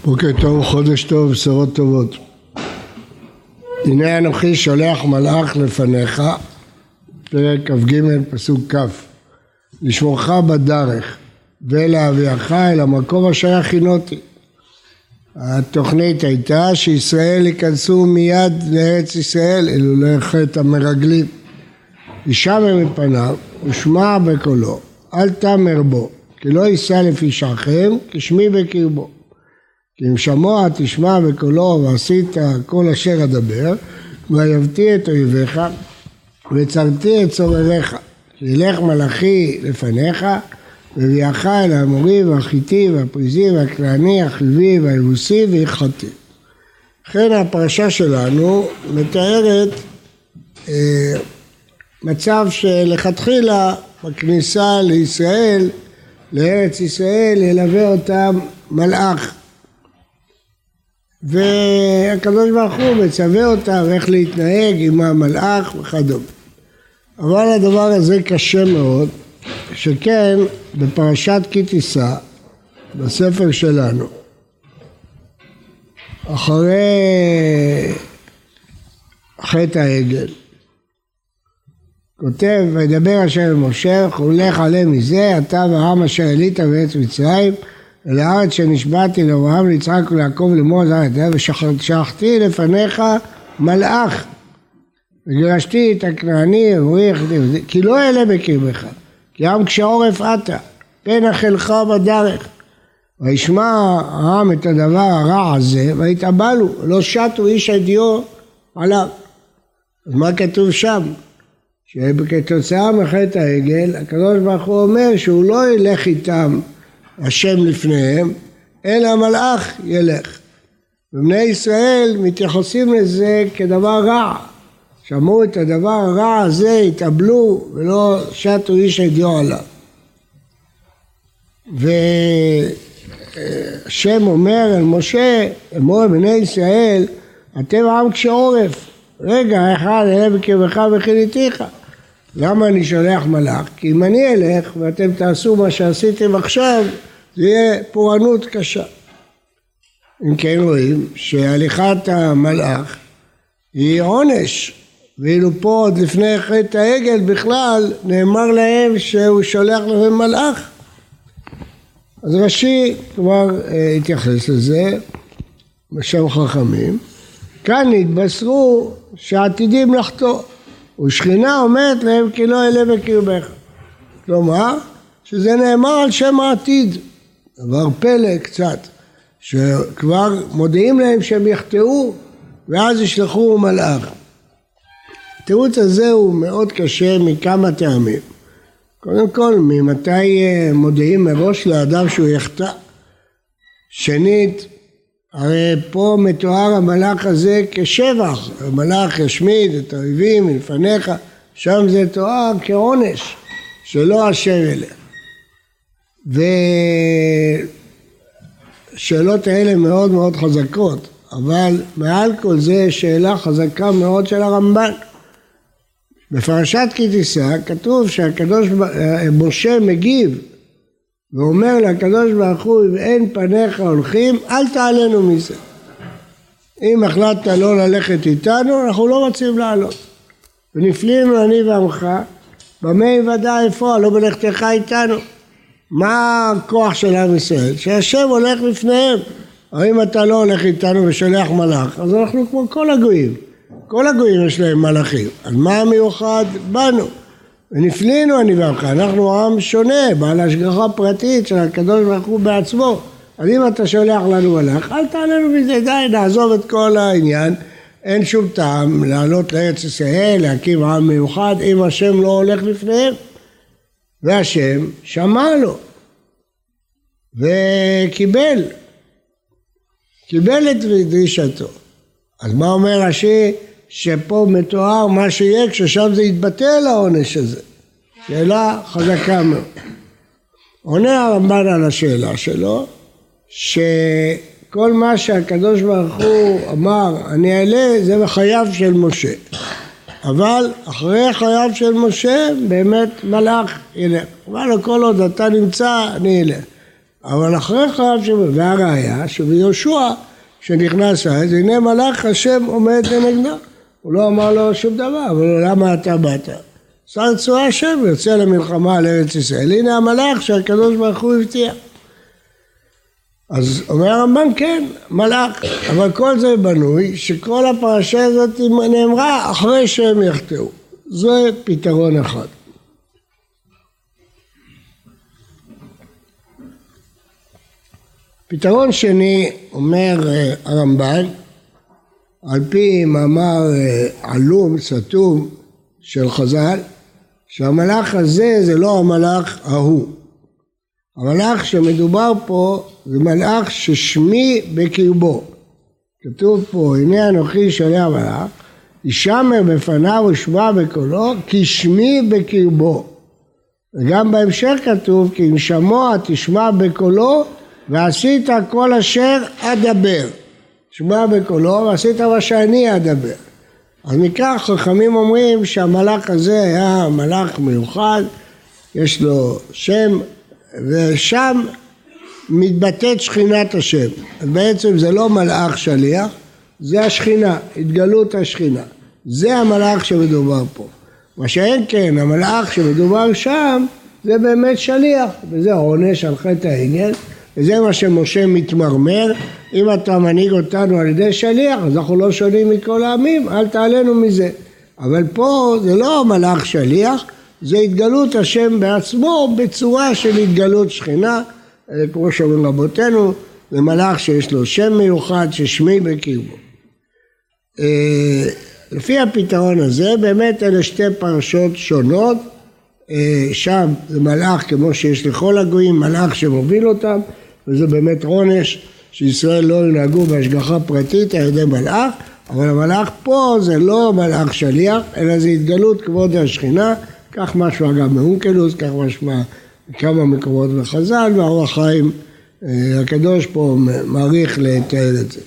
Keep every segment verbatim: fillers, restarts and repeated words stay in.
בוקר טוב, חודש טוב, בשורות טובות. הנה אנוכי שולח מלאך לפניך, פרק כ"ג פסוק כ', לשמורך בדרך ולהביאך אל המקום אשר הכינותי. התוכנית הייתה שישראל ייכנסו מיד לארץ ישראל, אלולי חטא המרגלים. ישמע מפניו ושמע בקולו, אל תאמר בו, כי לא יישא לפי שכם, כשמי בקרבו. כי אם שמוע תשמע בקולו ועשית כל אשר אדבר, ויבתי את אויביך וצרתי את צורריך, שילך מלאכי לפניך, והביאך אל האמורי והחיתי והפריזי והכנעני, החיבי והיבוסי והחתי. לכן הפרשה שלנו מתארת אה, מצב שלכתחילה בכניסה לישראל, לארץ ישראל, ילווה אותם מלאך. והקדוש ברוך הוא מצווה אותם איך להתנהג עם המלאך וכדומה. אבל הדבר הזה קשה מאוד, שכן בפרשת כי תישא, בספר שלנו, אחרי חטא העגל, כותב, וידבר אשר אל משה, ולך עלה מזה, אתה והעם אשר עלית בארץ מצרים, אל הארץ שנשבעתי לאברהם, ליצחק וליעקב לאמור זרע את ושלחתי לפניך מלאך, וגירשתי את הכנעני, אמורי, כי לא אעלה בקרבך, כי עם קשה עורף אתה, פן אכלך בדרך. וישמע העם את הדבר הרע הזה, ויתאבלו, לא שטו איש הדיו עליו. אז מה כתוב שם? שכתוצאה מחטא העגל, הקדוש ברוך הוא אומר שהוא לא ילך איתם השם לפניהם, אלא המלאך ילך. ובני ישראל מתייחסים לזה כדבר רע. שמעו את הדבר הרע הזה, התאבלו ולא שטו איש הדיו עליו. והשם אומר אל משה, אמור בני ישראל, אתם עם קשה עורף. רגע, אחד אלה בקרבך וכיניתיך. למה אני שולח מלאך? כי אם אני אלך ואתם תעשו מה שעשיתם עכשיו, זה יהיה פורענות קשה. אם כן רואים שהליכת המלאך היא עונש, ואילו פה עוד לפני חטא העגל בכלל נאמר להם שהוא שולח להם מלאך. אז רש"י כבר אה, התייחס לזה בשם חכמים. כאן התבשרו שעתידים לחטוא, ושכינה אומרת להם כי לא אעלה בקרבך. כלומר, שזה נאמר על שם העתיד, דבר פלא קצת, שכבר מודיעים להם שהם יחטאו, ואז ישלחו מלאך. התירוץ הזה הוא מאוד קשה מכמה טעמים. קודם כל, ממתי מודיעים מראש לאדם שהוא יחטא? שנית, הרי פה מתואר המלאך הזה כשבח, המלאך ישמיד את האויבים מלפניך, שם זה תואר כעונש, שלא השם ילך. ושאלות האלה מאוד מאוד חזקות, אבל מעל כל זה שאלה חזקה מאוד של הרמב"ן. בפרשת כי תישא כתוב שהקדוש משה מגיב, ואומר לקדוש ברוך הוא, אם אין פניך הולכים, אל תעלנו מזה. אם החלטת לא ללכת איתנו, אנחנו לא רוצים לעלות. ונפלים אני ועמך, במה יוודע איפה, לא בלכתך איתנו. מה הכוח של עם ישראל? שהשם הולך לפניהם. אבל אם אתה לא הולך איתנו ושולח מלאך, אז אנחנו כמו כל הגויים. כל הגויים יש להם מלאכים. אז מה המיוחד בנו? ונפלינו אני ועמך, אנחנו עם שונה, בעל השגחה פרטית של הקדוש ברוך הוא בעצמו. אז אם אתה שולח לנו מלאך, אל תעלנו מזה, די, נעזוב את כל העניין. אין שום טעם לעלות לארץ ישראל, להקים עם מיוחד, אם השם לא הולך לפניהם. והשם שמע לו, וקיבל, קיבל את דרישתו. אז מה אומר רש"י? שפה מתואר מה שיהיה כששם זה יתבטל העונש הזה. שאלה חזקה מאוד. עונה הרמב"ן על השאלה שלו, שכל מה שהקדוש ברוך הוא אמר, אני אעלה, זה בחייו של משה. אבל אחרי חייו של משה, באמת מלאך ילך. אבל כל עוד אתה נמצא, אני אלך. אבל אחרי חרב שבת, והראיה שביהושע שנכנס אז, הנה מלאך השם עומד לנגדו. הוא לא אמר לו שום דבר, אבל למה אתה באת? שר צבא השם ויוצא למלחמה על ארץ ישראל. הנה המלאך שהקדוש ברוך הוא הבטיח. אז אומר הרמב"ן כן, מלאך, אבל כל זה בנוי שכל הפרשה הזאת נאמרה אחרי שהם יחטאו. זה פתרון אחד. פתרון שני, אומר הרמב"ן, על פי מאמר עלום, סתום של חז"ל, שהמלאך הזה זה לא המלאך ההוא. המלאך שמדובר פה זה מלאך ששמי בקרבו. כתוב פה, הנה אנוכי שולח מלאך, ישמר בפניו ושמע בקולו, כי שמי בקרבו. וגם בהמשך כתוב, כי אם שמוע תשמע בקולו, ועשית כל אשר אדבר. שמע בקולו, ועשית מה שאני אדבר. אז מכך חכמים אומרים שהמלאך הזה היה מלאך מיוחד, יש לו שם, ושם מתבטאת שכינת השם. אז בעצם זה לא מלאך שליח, זה השכינה, התגלות השכינה. זה המלאך שמדובר פה. מה שאין כן, המלאך שמדובר שם, זה באמת שליח, וזה עונש על חטא העגל, וזה מה שמשה מתמרמר, אם אתה מנהיג אותנו על ידי שליח, אז אנחנו לא שונים מכל העמים, אל תעלנו מזה. אבל פה זה לא מלאך שליח, זה התגלות השם בעצמו בצורה של התגלות שכינה, כמו שאומרים רבותינו, זה מלאך שיש לו שם מיוחד ששמי בקרבו. לפי הפתרון הזה, באמת אלה שתי פרשות שונות, שם זה מלאך כמו שיש לכל הגויים, מלאך שמוביל אותם, וזה באמת עונש שישראל לא ינהגו בהשגחה פרטית על ידי מלאך, אבל המלאך פה זה לא מלאך שליח, אלא זה התגלות כבוד השכינה, כך משמע גם מאונקלוס, כך משמע כמה מקומות בחז"ל, והאור החיים הקדוש פה מעריך לתאר את זה.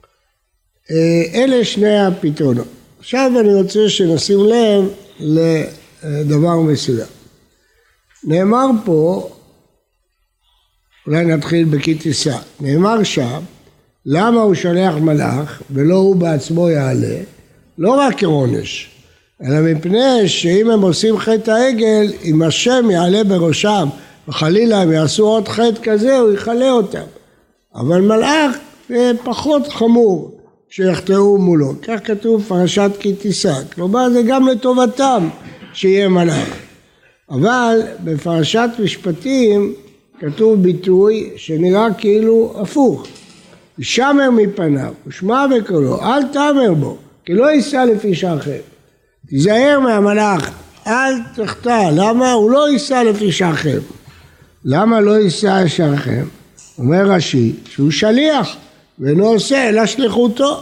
אלה שני הפתרונות. עכשיו אני רוצה שנשים לב לדבר מסוים. נאמר פה, אולי נתחיל בכי תישא, נאמר שם, למה הוא שולח מלאך ולא הוא בעצמו יעלה, לא רק כעונש, אלא מפני שאם הם עושים חטא העגל, אם השם יעלה בראשם וחלילה הם יעשו עוד חטא כזה, הוא יחלה אותם. אבל מלאך זה פחות חמור שיחטאו מולו, כך כתוב פרשת כי תישא, כלומר זה גם לטובתם שיהיה מלאך. אבל בפרשת משפטים כתוב ביטוי שנראה כאילו הפוך. ישמר מפניו, ושמע בקולו, אל תאמר בו, כי לא יישא לפי שערכם. תיזהר מהמלאך, אל תחטא. למה? הוא לא יישא לפי שערכם. למה לא יישא שערכם? אומר רש"י שהוא שליח, ואינו עושה אלא שליחותו.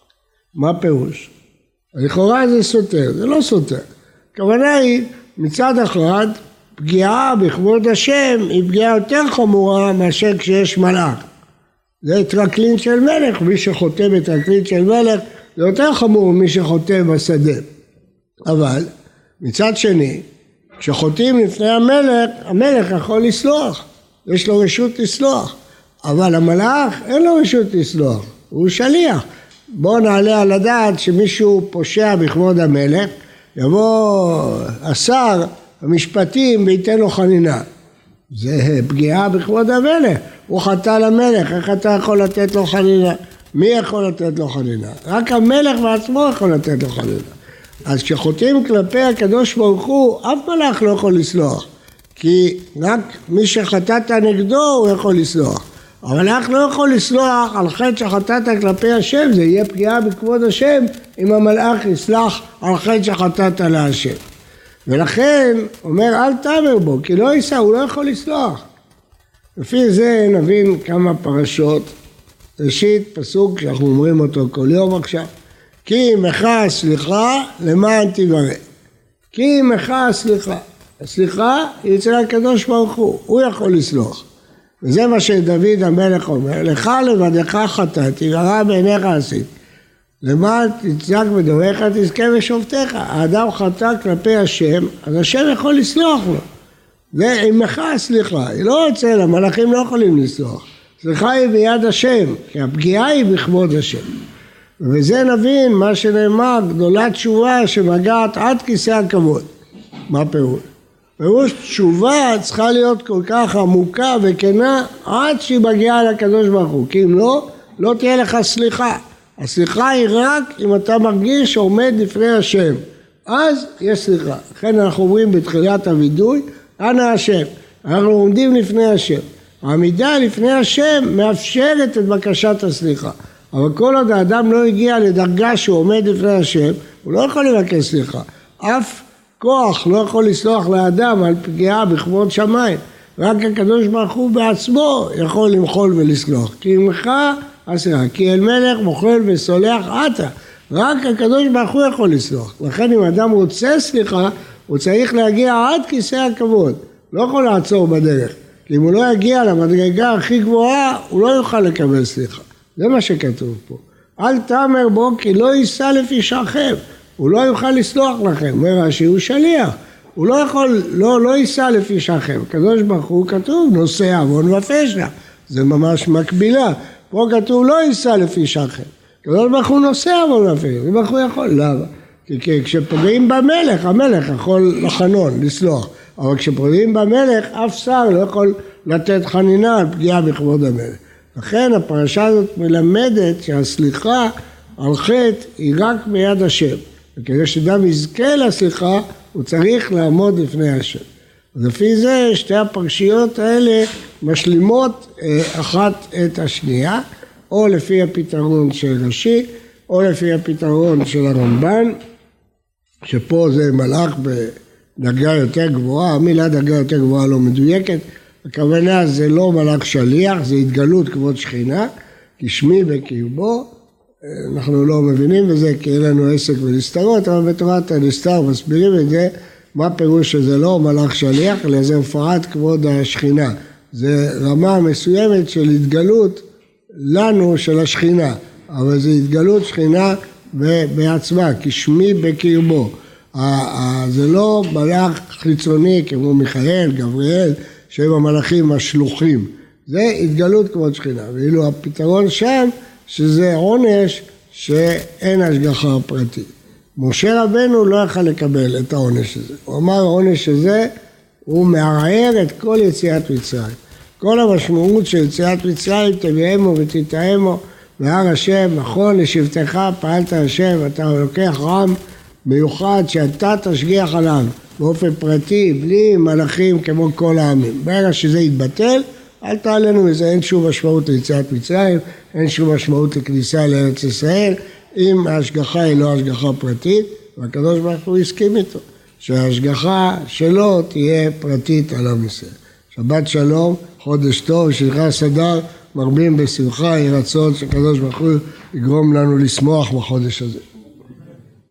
מה פירוש? לכאורה זה סותר, זה לא סותר. הכוונה היא, מצד אחד, פגיעה בכבוד השם היא פגיעה יותר חמורה מאשר כשיש מלאך. זה טרקלין של מלך, מי שחוטא בטרקלין של מלך זה יותר חמור ממי שחוטא בשדה. אבל מצד שני, כשחוטאים לפני המלך, המלך יכול לסלוח, יש לו רשות לסלוח, אבל המלאך אין לו רשות לסלוח, הוא שליח. בואו נעלה על הדעת שמישהו פושע בכבוד המלך, יבוא השר המשפטים וייתן לו חנינה. זה פגיעה בכבוד המלך, הוא חטא למלך, איך אתה יכול לתת לו חנינה? מי יכול לתת לו חנינה? רק המלך בעצמו יכול לתת לו חנינה. אז כשחוטאים כלפי הקדוש ברוך הוא, אף מלאך לא יכול לסלוח, כי רק מי שחטאת נגדו הוא יכול לסלוח. אבל המלאך לא יכול לסלוח על חטא שחטאת כלפי השם, זה יהיה פגיעה בכבוד השם אם המלאך יסלח על חטא שחטאת להשם. ולכן אומר אל תאמר בו, כי לא יישא, הוא לא יכול לסלוח. לפי זה נבין כמה פרשות. ראשית פסוק שאנחנו אומרים אותו כל יום עכשיו, כי עמך סליחה למען תברא. כי עמך סליחה. הסליחה היא אצל הקדוש ברוך הוא, הוא יכול לסלוח. וזה מה שדוד המלך אומר, לך לבדך חטאתי ורע בעיניך עשית. למען תצדק בדבריך תזכה בשופטיך. האדם חטא כלפי השם, אז השם יכול לסלוח לו. זה עמך סליחה, היא לא אצל, המלאכים לא יכולים לסלוח. סליחה היא ביד השם, כי הפגיעה היא בכבוד השם. וזה נבין מה שנאמר, גדולת תשובה שמגעת עד כיסא הכבוד. מה פירוש? פירוש תשובה צריכה להיות כל כך עמוקה וכנה עד שהיא מגיעה לקדוש ברוך הוא, כי אם לא, לא תהיה לך סליחה. הסליחה היא רק אם אתה מרגיש שעומד לפני השם, אז יש סליחה. לכן אנחנו אומרים בתחילת הווידוי, אנא השם, אנחנו עומדים לפני השם. העמידה לפני השם מאפשרת את בקשת הסליחה. אבל כל עוד האדם לא הגיע לדרגה שהוא עומד לפני השם, הוא לא יכול לבקש סליחה. אף כוח לא יכול לסלוח לאדם על פגיעה בכבוד שמיים. רק הקדוש ברוך הוא בעצמו יכול למחול ולסלוח. כי עמך הסליחה, כי אל מלך מוחל וסולח אתה. רק הקדוש ברוך הוא יכול לסלוח. לכן אם אדם רוצה סליחה, הוא צריך להגיע עד כיסא הכבוד. לא יכול לעצור בדרך. כי אם הוא לא יגיע למדרגה הכי גבוהה, הוא לא יוכל לקבל סליחה. זה מה שכתוב פה. אל תאמר בו כי לא יישא לפי שכם. הוא לא יוכל לסלוח לכם. אומר רש"י, הוא שליח. הוא לא יכול, לא, לא יישא לפי שכם. הקדוש ברוך הוא כתוב, נושא עוון ופשע. זה ממש מקבילה. פה כתוב, לא יישא לפי שכם. הקדוש ברוך הוא נושא עוון ופשע. הקדוש ברוך הוא יכול. למה? כי כשפוגעים במלך, המלך יכול לחנון, לסלוח. אבל כשפוגעים במלך, אף שר לא יכול לתת חנינה על פגיעה בכבוד המלך. לכן הפרשה הזאת מלמדת שהסליחה על חטא היא רק ביד השם. וכדי שאדם יזכה לסליחה, הוא צריך לעמוד לפני השם. אז לפי זה שתי הפרשיות האלה משלימות אחת את השנייה, או לפי הפתרון של רש"י, או לפי הפתרון של הרמב"ן, שפה זה מלאך בדרגה יותר גבוהה, המילה דרגה יותר גבוהה לא מדויקת, הכוונה זה לא מלאך שליח, זה התגלות כבוד שכינה, כי שמי בקרבו, אנחנו לא מבינים בזה כי אין לנו עסק ולסתרות, אבל בתורת הנסתר מסבירים את זה, מה פירוש שזה לא מלאך שליח, אלא זה הופעת כבוד השכינה, זה רמה מסוימת של התגלות לנו של השכינה, אבל זה התגלות שכינה בעצמה, כי שמי בקרבו, זה לא מלאך חיצוני כמו מיכאל, גבריאל, שהם המלאכים השלוחים, זה התגלות כבוד שכינה, ואילו הפתרון שם שזה עונש שאין השגחה פרטית. משה רבנו לא יכל לקבל את העונש הזה, הוא אמר העונש הזה הוא מערער את כל יציאת מצרים, כל המשמעות של יציאת מצרים תביאמו ותתאמו בהר השם, נכון לשבטך פעלת השם, אתה לוקח עם מיוחד שאתה תשגיח עליו באופן פרטי, בלי מלאכים כמו כל העמים. ברגע שזה יתבטל, אל תעלנו מזה, אין שום משמעות ליציאת מצרים, אין שום משמעות לכניסה לארץ ישראל, אם ההשגחה היא לא השגחה פרטית, והקדוש ברוך הוא הסכים איתו, שההשגחה שלו תהיה פרטית על עם ישראל. שבת שלום, חודש טוב, שלחה סדר, מרבים בשמחה, יהי רצון שהקדוש ברוך הוא יגרום לנו לשמוח בחודש הזה.